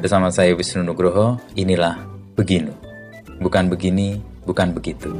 Bersama saya Wisnu Nugroho, inilah Beginu. Bukan begini, bukan begitu.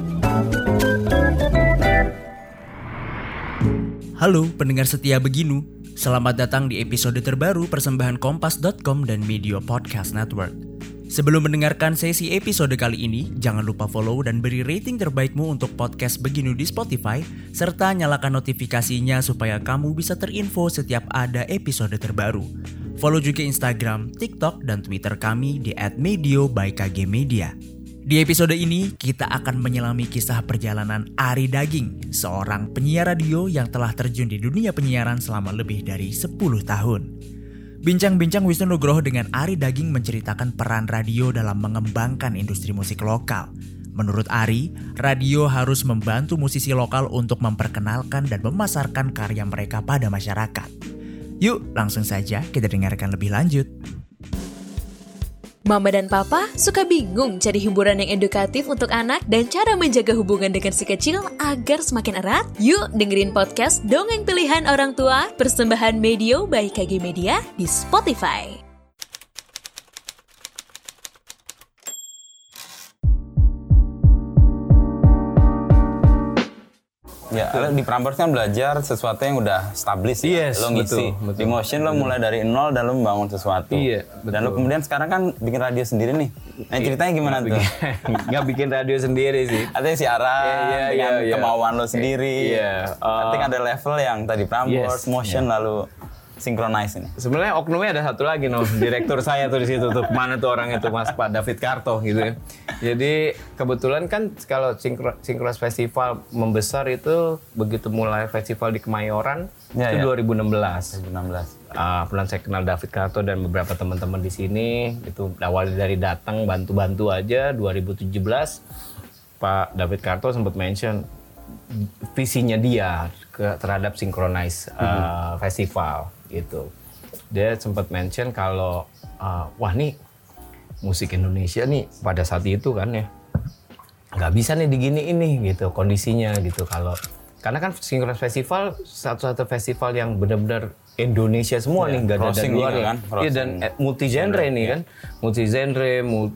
Halo pendengar setia Beginu, selamat datang di episode terbaru persembahan Kompas.com dan Media Podcast Network. Sebelum mendengarkan sesi episode kali ini, jangan lupa follow dan beri rating terbaikmu untuk podcast Beginu di Spotify, serta nyalakan notifikasinya supaya kamu bisa terinfo setiap ada episode terbaru. Follow juga Instagram, TikTok, dan Twitter kami di @medio_by_kgmedia. Di episode ini, kita akan menyelami kisah perjalanan Arie Daging, seorang penyiar radio yang telah terjun di dunia penyiaran selama lebih dari 10 tahun. Bincang-bincang Wisnu Nugroho dengan Arie Daging menceritakan peran radio dalam mengembangkan industri musik lokal. Menurut Arie, radio harus membantu musisi lokal untuk memperkenalkan dan memasarkan karya mereka pada masyarakat. Yuk, langsung saja kita dengarkan lebih lanjut. Mama dan Papa suka bingung cari hiburan yang edukatif untuk anak dan cara menjaga hubungan dengan si kecil agar semakin erat? Yuk dengerin podcast Dongeng Pilihan Orang Tua persembahan Medio by KG Media di Spotify. Ya, di Prambors kan belajar sesuatu yang udah established ya. Lo ngisi. Betul. Di Motion lo mulai dari nol dan lo membangun sesuatu. Iya, dan lo kemudian sekarang kan bikin radio sendiri nih. Nah, ceritanya gimana tuh? Nggak bikin radio sendiri sih. Artinya siaran dengan kemauan lo sendiri. Artinya ada level yang tadi Prambors, Motion lalu Synchronize ini. Sebenarnya oknumnya ada satu lagi direktur saya tuh di situ tuh. Mana tuh orang itu Mas Pak David Karto gitu ya. Jadi kebetulan kan kalau Synchronize Festival membesar itu begitu mulai festival di Kemayoran itu 2016. Pelan saya kenal David Karto dan beberapa teman-teman di sini. Itu awalnya dari datang bantu-bantu aja. 2017 Pak David Karto sempat mention visinya dia terhadap Synchronize Festival gitu. Dia sempat mention kalau wah nih musik Indonesia nih pada saat itu kan ya nggak bisa nih diginiin nih gitu kondisinya gitu karena kan Synchronize Festival satu-satu festival yang benar-benar Indonesia semua nih nggak ada luar kan dan multi genre nih kan multi genre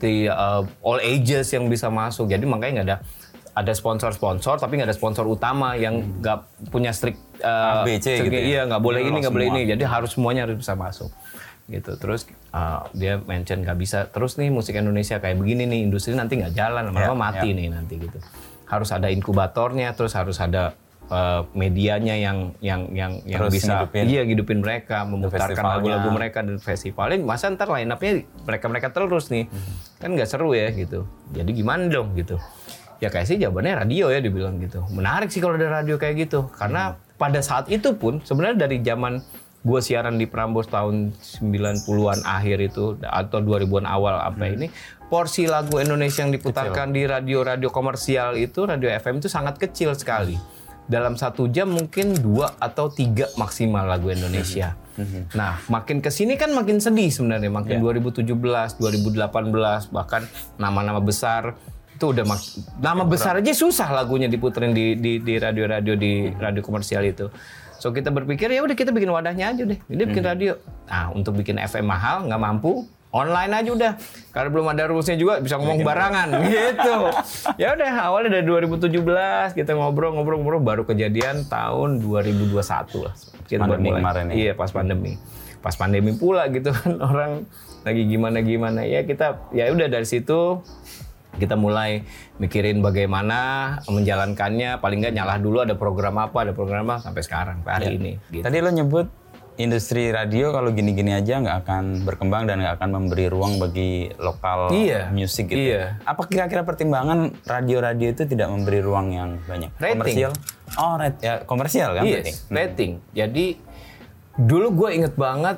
all ages yang bisa masuk jadi makanya nggak ada sponsor tapi nggak ada sponsor utama yang nggak punya strict ABC gitu ya? Iya nggak boleh ini nggak boleh ini jadi semuanya harus bisa masuk gitu terus dia mention nggak bisa terus nih musik Indonesia kayak begini nih industri nanti nggak jalan lama-lama mati nih nanti gitu harus ada inkubatornya terus harus ada medianya yang terus bisa hidupin mereka memutarkan lagu-lagu mereka dan festivalnya masa ntar line up-nya mereka terus nih kan nggak seru ya gitu jadi gimana dong gitu ya kayak sih jawabannya radio ya dibilang gitu menarik sih kalau ada radio kayak gitu karena pada saat itu pun sebenarnya dari zaman gue siaran di Prambors tahun 90-an akhir itu atau 2000-an awal ini porsi lagu Indonesia yang diputarkan di radio-radio komersial itu radio FM itu sangat kecil sekali dalam 1 jam mungkin 2 atau 3 maksimal lagu Indonesia. Nah makin kesini kan makin sedih sebenarnya makin 2017, 2018 bahkan nama-nama besar itu udah nama besar aja susah lagunya diputerin di radio-radio di radio komersial itu. So kita berpikir ya udah kita bikin wadahnya aja deh. Jadi bikin radio. Nah, untuk bikin FM mahal nggak mampu, online aja udah. Karena belum ada rumusnya juga bisa ngomong barangan gitu. Ya udah awalnya dari 2017 kita ngobrol baru kejadian tahun 2021 lah. Kita pandemi mulai. Kemarin ya. Iya, pas pandemi. Pas pandemi pula gitu kan orang lagi gimana ya kita ya udah dari situ kita mulai mikirin bagaimana menjalankannya, paling nggak nyalah dulu ada program apa sampai sekarang, hari ini. Gitu. Tadi lo nyebut industri radio kalau gini-gini aja nggak akan berkembang dan nggak akan memberi ruang bagi lokal musik gitu. Iya. Apa kira-kira pertimbangan radio-radio itu tidak memberi ruang yang banyak? Rating. Komersial? Oh, ya komersial kan? Yes, rating. Jadi dulu gue inget banget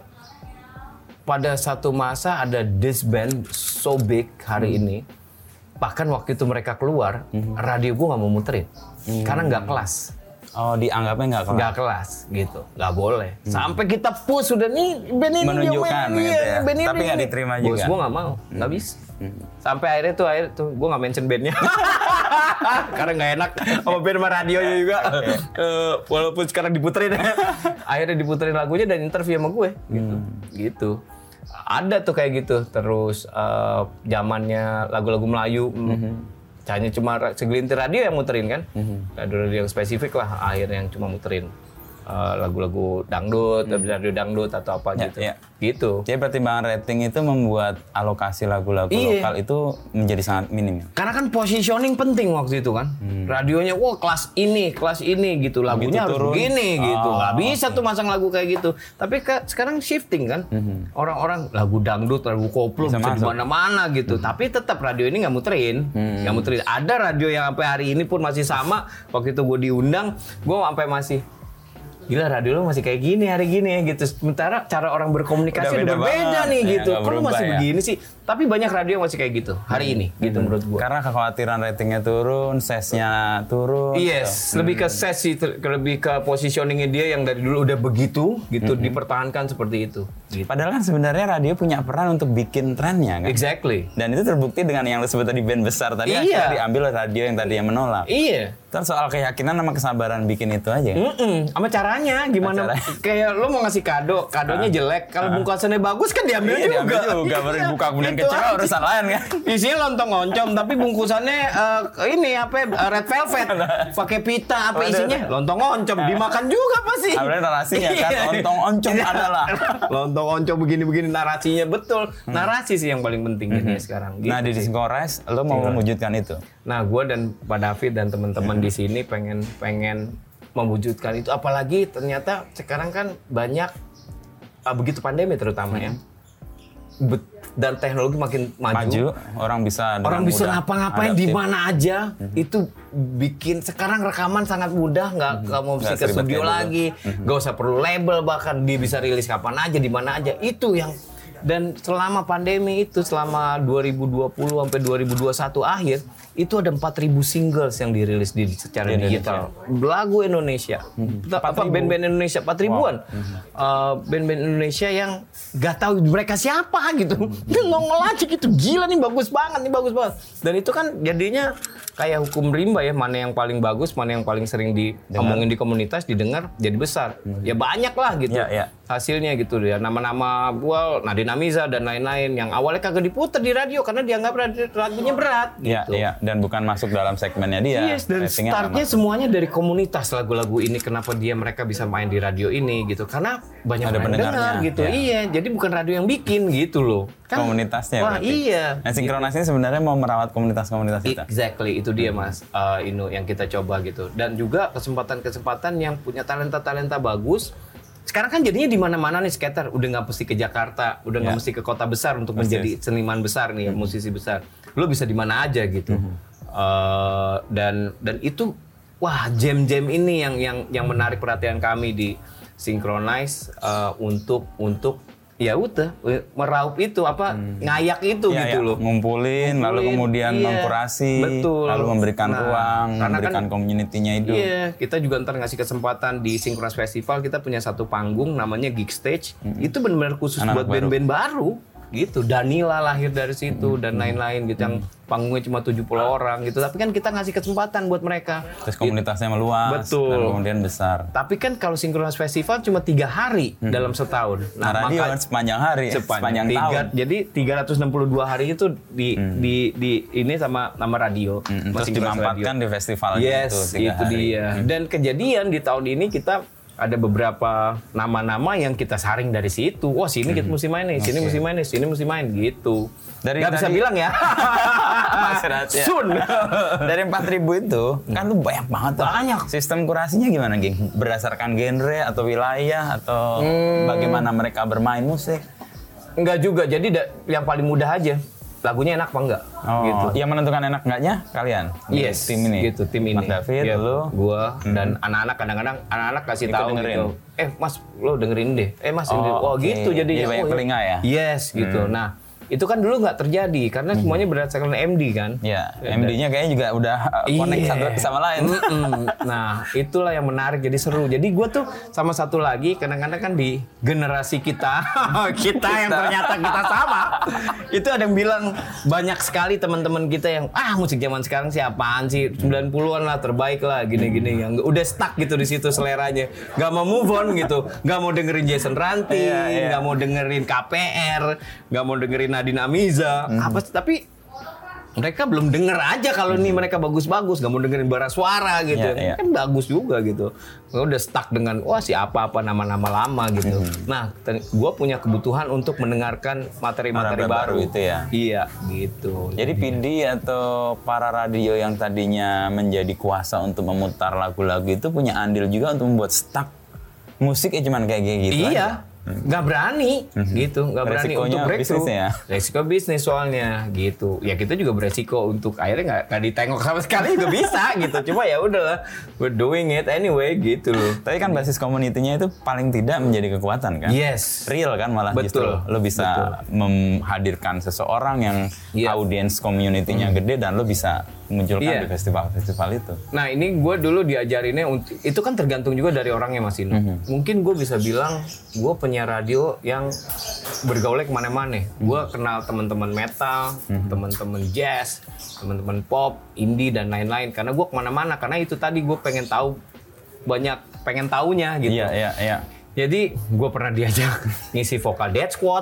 pada satu masa ada this band so big hari ini. Bahkan waktu itu mereka keluar, radio gue nggak mau muterin, karena nggak kelas. Oh, dianggapnya nggak kelas gitu, nggak boleh. Sampai kita push udah nih band ini menunjukkan gitu ya. Tapi nggak diterima juga. Bos gue nggak mau, nggak bisa. Sampai akhirnya tuh gue nggak mention bandnya, karena nggak enak sama band sama radionya juga. Walaupun sekarang diputerin, akhirnya diputerin lagunya dan interview sama gue, gitu. Ada tuh kayak gitu. Terus zamannya lagu-lagu Melayu, hanya cuma segelintir radio yang muterin kan, radio yang spesifik lah, akhirnya yang cuma muterin lagu-lagu dangdut, radio dangdut atau apa gitu. Gitu. Jadi pertimbangan rating itu membuat alokasi lagu-lagu lokal itu menjadi sangat minim. Karena kan positioning penting waktu itu kan. Radionya wah kelas ini gitu, lagunya harus begini gitu. Nggak bisa tuh masang lagu kayak gitu. Tapi sekarang shifting kan. Orang-orang lagu dangdut, lagu koplo bisa di mana-mana gitu. Tapi tetap radio ini nggak muterin. Nggak muterin. Ada radio yang sampai hari ini pun masih sama. Waktu itu gue diundang, gue sampai masih gila, radio lo masih kayak gini hari gini ya gitu. Sementara cara orang berkomunikasi udah berbeda nih gitu. Kok lo masih begini sih? Tapi banyak radio yang masih kayak gitu hari ini gitu menurut gua. Karena kekhawatiran ratingnya turun, sesnya turun. Yes, lebih ke ses sih, lebih ke positioningnya dia yang dari dulu udah begitu gitu, dipertahankan seperti itu. Gitu. Padahal kan sebenarnya radio punya peran untuk bikin trennya kan. Exactly. Dan itu terbukti dengan yang lo sebut tadi band besar tadi akhirnya diambil radio yang tadi yang menolak. Iya. Terus soal keyakinan sama kesabaran bikin itu aja. Sama caranya gimana? Kayak lo mau ngasih kado, kadonya jelek. Kalau bungkusannya bagus kan diambil juga. Diambil juga, baru dibuka kemudian kecewa urusan lain kan. Isinya lontong oncom tapi bungkusannya ini red velvet. Pakai pita apa isinya? Lontong oncom dimakan juga pasti. Ada narasinya kan, lontong oncom adalah. Lontong oncom begini-begini narasinya betul. Narasi sih yang paling penting ini sekarang. Gitu nah di Synchronize lo mau mewujudkan itu. Nah gue dan Pak David dan teman-teman di sini pengen mewujudkan itu. Apalagi ternyata sekarang kan banyak begitu pandemi terutama ya. Dan teknologi makin maju, orang bisa ngapa-ngapain di mana aja. Itu bikin sekarang rekaman sangat mudah, nggak mau mesti ke studio lagi, nggak usah perlu label, bahkan dia bisa rilis kapan aja di mana aja. Itu yang. Dan selama pandemi itu, selama 2020 sampai 2021 akhir, itu ada 4.000 singles yang dirilis secara digital. Lagu Indonesia. Band-band Indonesia, 4.000-an. Band-band Indonesia yang gak tahu mereka siapa gitu. Dia nongol aja gitu, gila nih bagus banget. Dan itu kan jadinya kayak hukum rimba ya, mana yang paling bagus, mana yang paling sering diomongin di komunitas, didengar, jadi besar. Ya banyak lah gitu. Hasilnya gitu ya, nama-nama gua Nadine Amiza dan lain-lain yang awalnya kagak diputer di radio karena dianggap lagunya berat gitu. Iya, dan bukan masuk dalam segmennya dia. Yes, dan startnya semuanya dari komunitas lagu-lagu ini. Kenapa mereka bisa main di radio ini gitu? Karena banyak yang dengar gitu. Iya, jadi bukan radio yang bikin gitu loh. Kan, komunitasnya. Wah, berarti. Iya. Nah, Synchronize ini sebenarnya mau merawat komunitas-komunitas kita. Exactly, itu dia Mas Inu yang kita coba gitu. Dan juga kesempatan-kesempatan yang punya talenta-talenta bagus. Sekarang kan jadinya di mana-mana nih skater, udah nggak mesti ke Jakarta, udah nggak mesti ke kota besar untuk menjadi seniman besar nih, musisi besar. Lo bisa di mana aja gitu. Dan itu wah jam-jam ini yang menarik perhatian kami di Synchronize untuk ya udah meraup itu ngayak itu gitu loh. Ngumpulin lalu kemudian mengkurasi, lalu memberikan ruang, memberikan community-nya itu. Iya, kita juga ntar ngasih kesempatan di Synchronize Festival, kita punya satu panggung namanya Gig Stage. Itu benar-benar khusus buat band-band baru. Gitu, Danila lahir dari situ dan lain-lain gitu yang panggungnya cuma 70 orang gitu, tapi kan kita ngasih kesempatan buat mereka. Terus komunitasnya meluas. Betul. Dan kemudian besar. Tapi kan kalau Synchronize Festival cuma 3 hari dalam setahun. Nah radio kan sepanjang hari, sepanjang tahun. Jadi 362 hari itu di ini sama radio. Terus dimampatkan di festival itu 3 itu hari. Dia. Dan kejadian di tahun ini kita ada beberapa nama-nama yang kita saring dari situ. Wah, sini kita mesti main nih, sini mesti main nih, sini mesti main gitu. Nggak bisa bilang ya. Sun. Dari 4.000 itu kan tuh banyak banget. Banyak. Sistem kurasinya gimana, Geng? Berdasarkan genre atau wilayah atau bagaimana mereka bermain musik? Enggak juga. Jadi yang paling mudah aja. Lagunya enak apa enggak? Gitu. Yang menentukan enak enggaknya kalian? Yes. Tim ini. Gitu, tim ini. Mas David, lu, gua dan anak-anak kadang-kadang anak-anak kasih tahu gitu. Mas, lo dengerin deh. Mas, ini. Okay. Gitu jadinya. Jadi banyak telinga ya? Yes, gitu. Nah, Itu kan dulu nggak terjadi karena semuanya berdasarkan MD kan. Ya, MD-nya kayaknya juga udah connect satu sama lain. Nah, itulah yang menarik jadi seru. Jadi gue tuh sama satu lagi kadang-kadang kan di generasi kita yang ternyata kita sama. Itu ada yang bilang banyak sekali teman-teman kita yang musik zaman sekarang sih apaan sih 90-an lah terbaik lah gini-gini yang udah stuck gitu di situ seleranya. Gak mau move on gitu. Gak mau dengerin Jason Ranti, gak mau dengerin KPR, gak mau dengerin Nadine Amiza, tapi mereka belum denger aja kalau nih mereka bagus-bagus, gak mau dengerin bara suara gitu, kan bagus juga gitu. Udah stuck dengan apa nama-nama lama gitu. Nah, gue punya kebutuhan untuk mendengarkan materi-materi baru itu ya. Iya, gitu. Jadi PD atau para radio yang tadinya menjadi kuasa untuk memutar lagu-lagu itu punya andil juga untuk membuat stuck musiknya cuman kayak gitu. Iya. Aja. Nggak berani gitu, nggak berani untuk breakthrough. Ya? Resiko bisnis soalnya gitu. Ya kita juga beresiko untuk akhirnya nggak ditengok sama sekali juga bisa gitu. Cuma ya udahlah, we're doing it anyway gitu loh. Tapi kan basis community-nya itu paling tidak menjadi kekuatan kan? Yes. Real kan malah justru lo bisa menghadirkan seseorang yang audience community-nya gede dan lo bisa munculkan di festival-festival itu. Nah ini gue dulu diajarinnya itu kan tergantung juga dari orangnya Mas Ino. Mungkin gue bisa bilang gue penyiar radio yang bergaulnya kemana-mana. Gue kenal teman-teman metal, teman-teman jazz, teman-teman pop, indie dan lain-lain. Karena gue kemana-mana. Karena itu tadi gue pengen tahu pengen taunya gitu. Iya. Jadi gue pernah diajak ngisi vokal Dead Squad.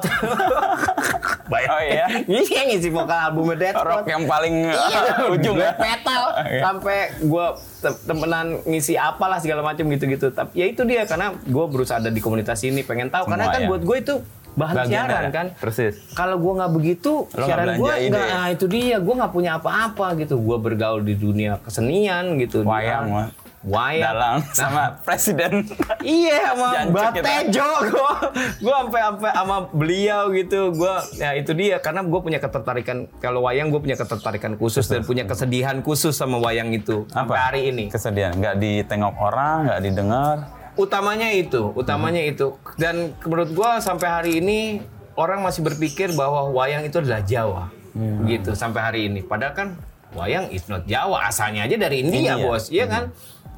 Ngisi vokal albumnya Dead Squad. Rock yang paling ujung ya. Metal. Sampai gue temenan ngisi apalah segala macam gitu-gitu. Tapi ya itu dia karena gue berusaha ada di komunitas ini pengen tahu. Karena kan buat gue itu bahan siaran kan. Persis. Kalau gue nggak begitu, siaran gue nggak. Nah itu dia, gue nggak punya apa-apa gitu. Gue bergaul di dunia kesenian gitu. Wayang Dalang sama presiden. Iya sama Mbak Tejo. Gue sampai sama beliau gitu. Ya itu dia karena gue punya ketertarikan kalau wayang, gue punya ketertarikan khusus dan punya kesedihan khusus sama wayang itu sampai hari ini. Kesedihan nggak ditengok orang, nggak didengar. Utamanya itu. Dan menurut gue sampai hari ini orang masih berpikir bahwa wayang itu adalah Jawa. Gitu sampai hari ini. Padahal kan wayang is not Jawa, asalnya aja dari India. Bos, iya kan?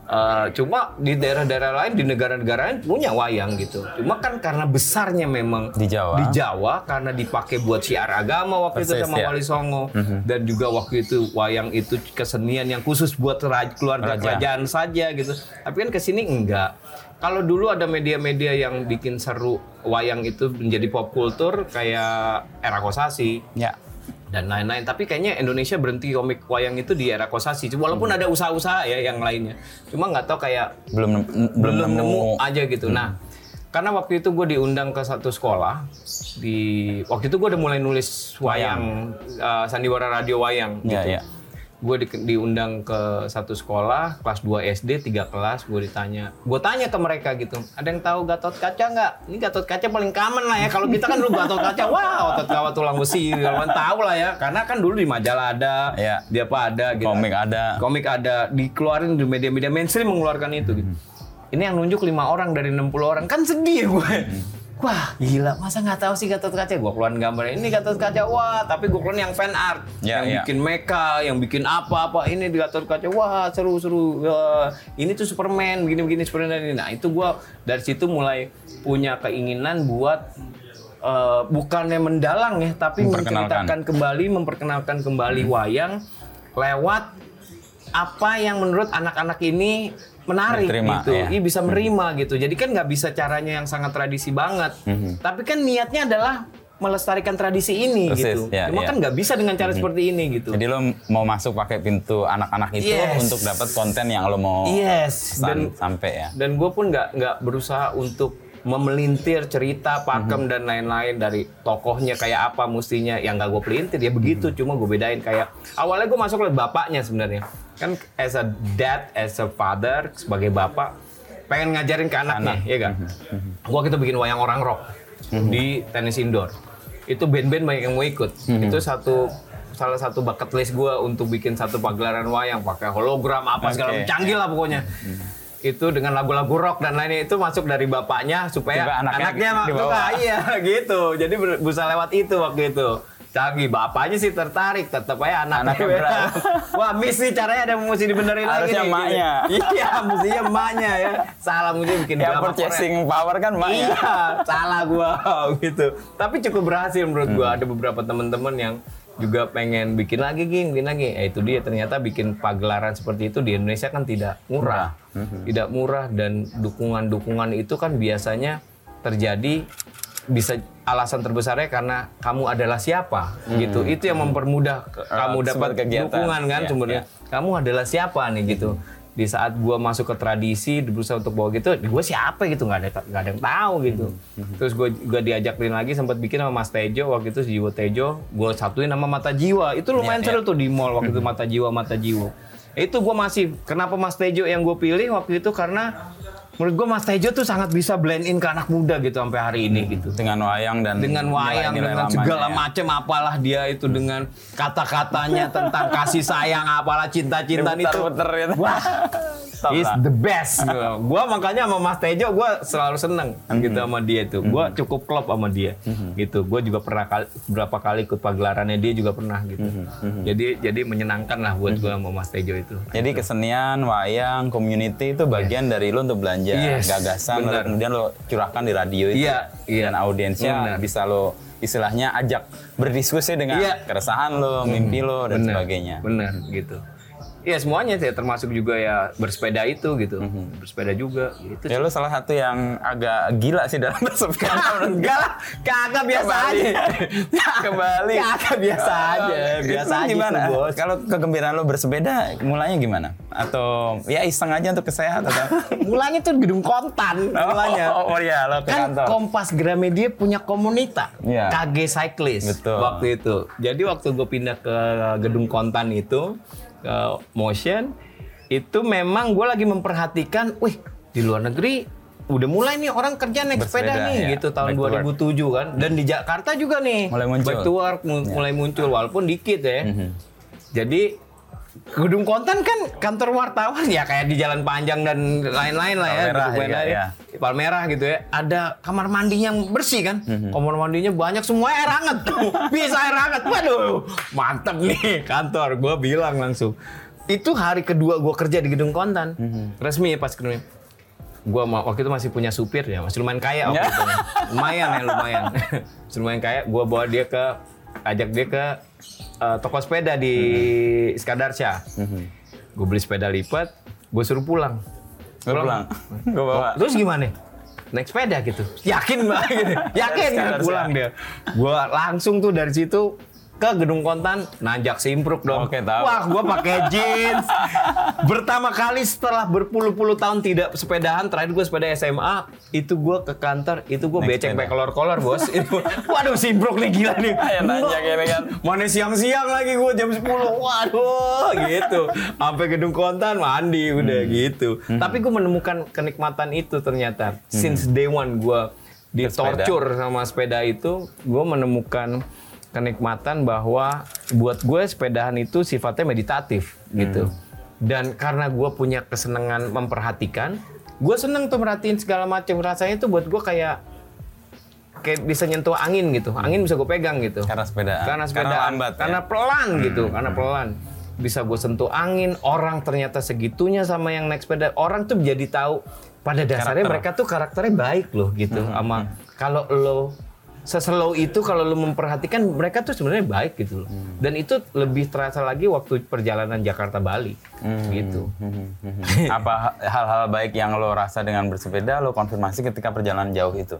Cuma di daerah-daerah lain, di negara-negara lain punya wayang gitu. Cuma kan karena besarnya memang di Jawa karena dipakai buat syiar agama waktu itu sama Wali Songo. Dan juga waktu itu wayang itu kesenian yang khusus buat keluarga kerajaan saja gitu. Tapi kan kesini enggak. Kalau dulu ada media-media yang bikin seru wayang itu menjadi pop kultur kayak Era Kosasi. Ya. Dan lain-lain. Tapi kayaknya Indonesia berhenti komik wayang itu di Era Kosasi. Walaupun ada usaha-usaha ya yang lainnya. Cuma nggak tahu kayak belum nemu aja gitu. Nah, karena waktu itu gue diundang ke satu sekolah. Waktu itu gue udah mulai nulis wayang. Sandiwara Radio Wayang gitu. Ya. Gue diundang ke satu sekolah, kelas 2 SD, 3 kelas, gue tanya ke mereka gitu, ada yang tahu Gatot Kaca nggak? Ini Gatot Kaca paling common lah ya, kalau kita kan dulu Gatot Kaca, wah otot kawat tulang besi, kalian tahu lah ya, karena kan dulu di majalah ada, di apa ada, gitu. Komik ada, dikeluarin di media-media mainstream mengeluarkan itu gitu. Ini yang nunjuk 5 orang dari 60 orang, kan sedih gue. Wah gila, masa nggak tahu sih Gatot Kaca? Gue keluarin gambar ini Gatot Kaca, wah tapi gue keluarin yang fan art, yang bikin mecha, yang bikin apa-apa, ini di Gatot Kaca, wah seru-seru, ini tuh Superman, begini-begini Superman ini. Nah itu gue dari situ mulai punya keinginan buat bukannya mendalang ya, tapi memperkenalkan kembali wayang lewat apa yang menurut anak-anak ini menarik gitu, bisa menerima gitu. Jadi kan nggak bisa caranya yang sangat tradisi banget, tapi kan niatnya adalah melestarikan tradisi ini gitu. Cuma kan nggak bisa dengan cara seperti ini gitu. Jadi lo mau masuk pakai pintu anak-anak itu untuk dapat konten yang lo mau sampai ya. Dan gue pun nggak berusaha untuk memelintir cerita pakem dan lain-lain dari tokohnya kayak apa mestinya, yang nggak gue pelintir ya begitu. Cuma gue bedain kayak awalnya gue masuk lewat bapaknya sebenarnya. Kan as a dad, as a father, sebagai bapak pengen ngajarin ke anaknya, ya kan? Gua kita bikin wayang orang rock di tenis indoor. Itu band-band banyak yang mau ikut. Itu salah satu bucket list gua untuk bikin satu pagelaran wayang pakai hologram apa segala canggih lah pokoknya. Itu dengan lagu-lagu rock dan lainnya, itu masuk dari bapaknya supaya anaknya suka, iya gitu. Jadi berusaha lewat itu waktu itu. canggih. Bapaknya sih tertarik, tetap aja anaknya. Wah, miss nih caranya ada mesti dibenerin lagi nih. Harusnya emaknya. Iya, mestinya emaknya ya. Salah mesti bikin yang purchasing power kan emaknya. Iya, salah gua gitu. Tapi cukup berhasil menurut gua. Ada beberapa teman-teman yang juga pengen bikin lagi. Itu dia ternyata bikin pagelaran seperti itu di Indonesia kan tidak murah. Tidak murah dan dukungan-dukungan itu kan biasanya terjadi bisa alasan terbesarnya karena kamu adalah siapa gitu. Itu yang mempermudah kamu dapat dukungan kan sebenarnya. Kamu adalah siapa nih gitu. Di saat gua masuk ke tradisi berusaha untuk bawa gitu, gua siapa gitu, nggak ada yang tahu gitu. Terus gua juga diajakin lagi sempat bikin sama Mas Tejo waktu itu, Jiwo Tejo, gua satuin sama Mata Jiwa. Itu lumayan seru tuh di mall waktu itu Mata Jiwa. Itu gua masih kenapa Mas Tejo yang gua pilih waktu itu karena menurut gue Mas Tejo tuh sangat bisa blend in ke anak muda gitu sampai hari ini gitu. Dengan wayang dengan segala macam apalah dia itu dengan kata-katanya tentang kasih sayang apalah cinta-cintaan itu. Wah, is the best. Gue makanya sama Mas Tejo gue selalu seneng gitu sama dia itu. Gue cukup klop sama dia gitu. Gue juga pernah berapa kali ikut pagelarannya dia juga pernah gitu. Jadi menyenangkan lah buat gue sama Mas Tejo itu. Jadi kesenian, wayang, community itu bagian dari lo untuk belanja gagasan, lalu kemudian lo curahkan di radio itu, dan audiensnya bisa lo istilahnya ajak berdiskusi dengan keresahan lo, mimpi lo dan sebagainya. Benar gitu. Iya semuanya sih, termasuk juga ya bersepeda itu gitu, bersepeda juga. Gitu. Ya lo salah satu yang agak gila sih dalam bersepeda. Enggak lah, kagak biasa aja. Kembali. Kagak biasa aja, biasa aja gimana? Itu, Bos. Kalau kegembiraan lo bersepeda, mulanya gimana? Atau ya iseng aja untuk kesehatan atau? Mulanya tuh Gedung Kontan, mulanya. Oh iya, lo ke kantor. Kan Kompas Gramedia punya komunitas, KG Cyclist. Betul. Waktu itu. Jadi waktu gue pindah ke Gedung Kontan itu, ke Motion, itu memang gue lagi memperhatikan, di luar negeri udah mulai nih orang kerja naik sepeda nih gitu tahun 2007 kan, dan di Jakarta juga nih mulai muncul. Back to work mulai muncul walaupun dikit ya. Jadi Gedung Kontan kan kantor wartawan ya kayak di Jalan Panjang dan lain-lain lah ya, Palmerah gitu ya. Ada kamar mandi yang bersih kan, kamar mandinya banyak, semua air hangat tuh, bisa air hangat. Waduh, mantep nih kantor. Gue bilang langsung. Itu hari kedua gue kerja di Gedung Kontan, resmi ya pas kedua. Gue waktu itu masih punya supir ya, masih lumayan kaya waktu itu. Lumayan. Lumayan kaya. Gue bawa dia ajak dia ke toko sepeda di Iskandar Shah. Gue beli sepeda lipat, gue suruh pulang. Gue bawa. Terus gimana? Naik sepeda gitu. Yakin banget gitu. Yakin pulang dia. Gue langsung tuh dari situ ke Gedung Kontan, nanjak Simpruk dong. Oke, tahu. Wah, gue pakai jeans. Pertama kali setelah berpuluh-puluh tahun tidak sepedahan, terakhir gue sepeda SMA, itu gue ke kantor, itu gue becek pakai kolor-kolor, Bos. Itu, waduh, Simpruk nih gila nih. Nanjak ini kan. Mana siang-siang lagi gue jam 10. Waduh, gitu. Sampai Gedung Kontan mandi udah gitu. Tapi gue menemukan kenikmatan itu ternyata. Since day one gue ditorture sama sepeda itu, gue menemukan kenikmatan bahwa buat gue sepedahan itu sifatnya meditatif gitu. Dan karena gue punya kesenangan memperhatikan, gue seneng tuh merhatiin segala macam. Rasanya tuh buat gue kayak bisa nyentuh angin gitu. Angin bisa gue pegang gitu. Karena sepedaan. Karena lambat. Karena pelan gitu. Karena pelan. Bisa gue sentuh angin. Orang ternyata segitunya sama yang naik sepeda. Orang tuh jadi tahu pada dasarnya mereka tuh karakternya baik loh gitu. Sama kalau lo seslow itu kalau lo memperhatikan mereka tuh sebenarnya baik gitu loh. Dan itu lebih terasa lagi waktu perjalanan Jakarta-Bali gitu. Apa hal-hal baik yang lo rasa dengan bersepeda lo konfirmasi ketika perjalanan jauh itu?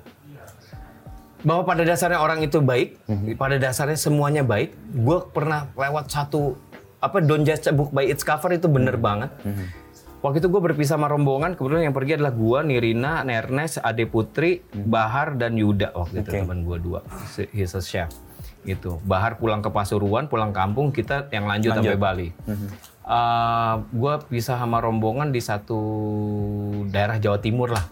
Bahwa pada dasarnya orang itu baik, pada dasarnya semuanya baik. Gue pernah lewat satu Don't Judge a Book by Its Cover, itu bener banget. Waktu itu gue berpisah sama rombongan, kebetulan yang pergi adalah gue, Nirina, Nernes, Ade Putri, Bahar, dan Yuda waktu itu teman gue dua, he's a chef gitu. Bahar pulang ke Pasuruan, pulang kampung, kita yang lanjut sampai Bali. Gue pisah sama rombongan di satu daerah Jawa Timur lah.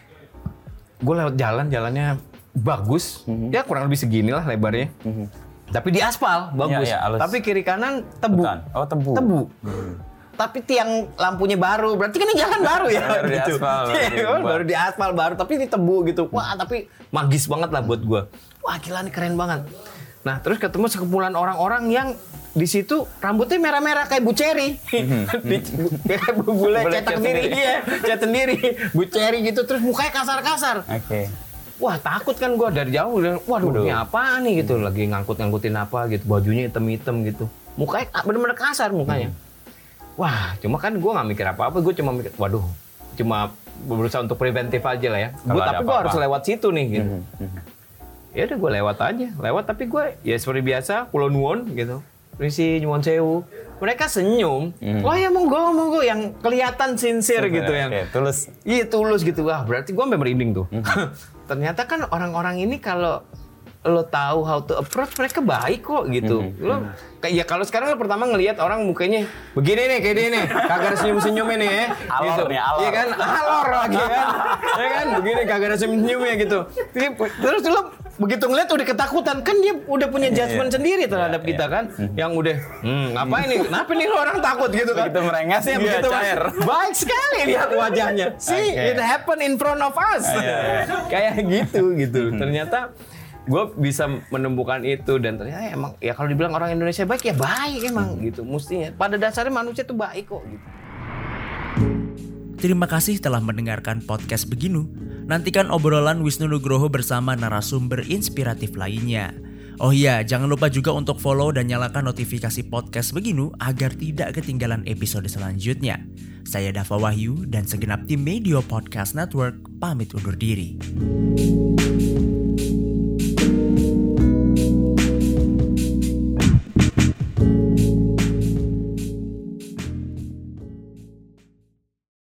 Gue lewat jalannya bagus, ya kurang lebih segini lah lebarnya. Tapi di aspal, bagus. Tapi kiri kanan tebu. Oh, tebu. Tapi tiang lampunya baru, berarti kan ini jalan baru ya. Baru gitu. di aspal. Baru di aspal baru, tapi ini tebu gitu. Wah, tapi magis banget lah buat gue. Wah, gila nih keren banget. Nah terus ketemu sekumpulan orang-orang yang di situ rambutnya merah-merah kayak Bu Cherry. Kayak bule cetak sendiri. Iya, cetak sendiri. Bu Cherry gitu, terus mukanya kasar-kasar. Oke. Wah takut kan gue dari jauh. Waduh ini apa nih gitu. Lagi ngangkut-ngangkutin apa gitu. Bajunya hitam-hitam gitu. Mukanya bener-bener kasar mukanya. Wah cuma kan gue gak mikir apa-apa. Gue cuma mikir, waduh. Cuma berusaha untuk preventif aja lah ya. Tapi gue harus lewat situ nih gitu. Ya udah gue lewat aja. Tapi gue ya seperti biasa. Kulo nuwun gitu. Permisi, nyuwun sewu. Mereka senyum. Wah ya monggo yang kelihatan sincere gitu yang tulus. Iya tulus gitu. Wah berarti gue sampai merinding tuh. Ternyata kan orang-orang ini kalau lo tahu how to approach mereka baik kok gitu. Lo kayak ya kalau sekarang lo pertama ngelihat orang mukanya begini nih kayak dia nih, kagak ada senyum-senyumnya nih ya. Alor gitu. nih, alor. Iya kan? Alor lagi kan. Ya kan? Begini kagak ada senyum-senyumnya gitu. Terus lo begitu ngeliat udah ketakutan kan dia udah punya judgement sendiri terhadap kita kan. Yang udah ngapain nih? Kenapa nih lo orang takut gitu kan? Begitu merengas ya begitu cair. Baik sekali lihat wajahnya. See, it happen in front of us. Kayak gitu. Ternyata gue bisa menemukan itu dan ternyata emang ya kalau dibilang orang Indonesia baik ya baik emang gitu mestinya. Pada dasarnya manusia tuh baik kok gitu. Terima kasih telah mendengarkan podcast Beginu. Nantikan obrolan Wisnu Nugroho bersama narasumber inspiratif lainnya. Oh iya, jangan lupa juga untuk follow dan nyalakan notifikasi podcast Beginu agar tidak ketinggalan episode selanjutnya. Saya Dava Wahyu dan segenap tim Medio Podcast Network pamit undur diri.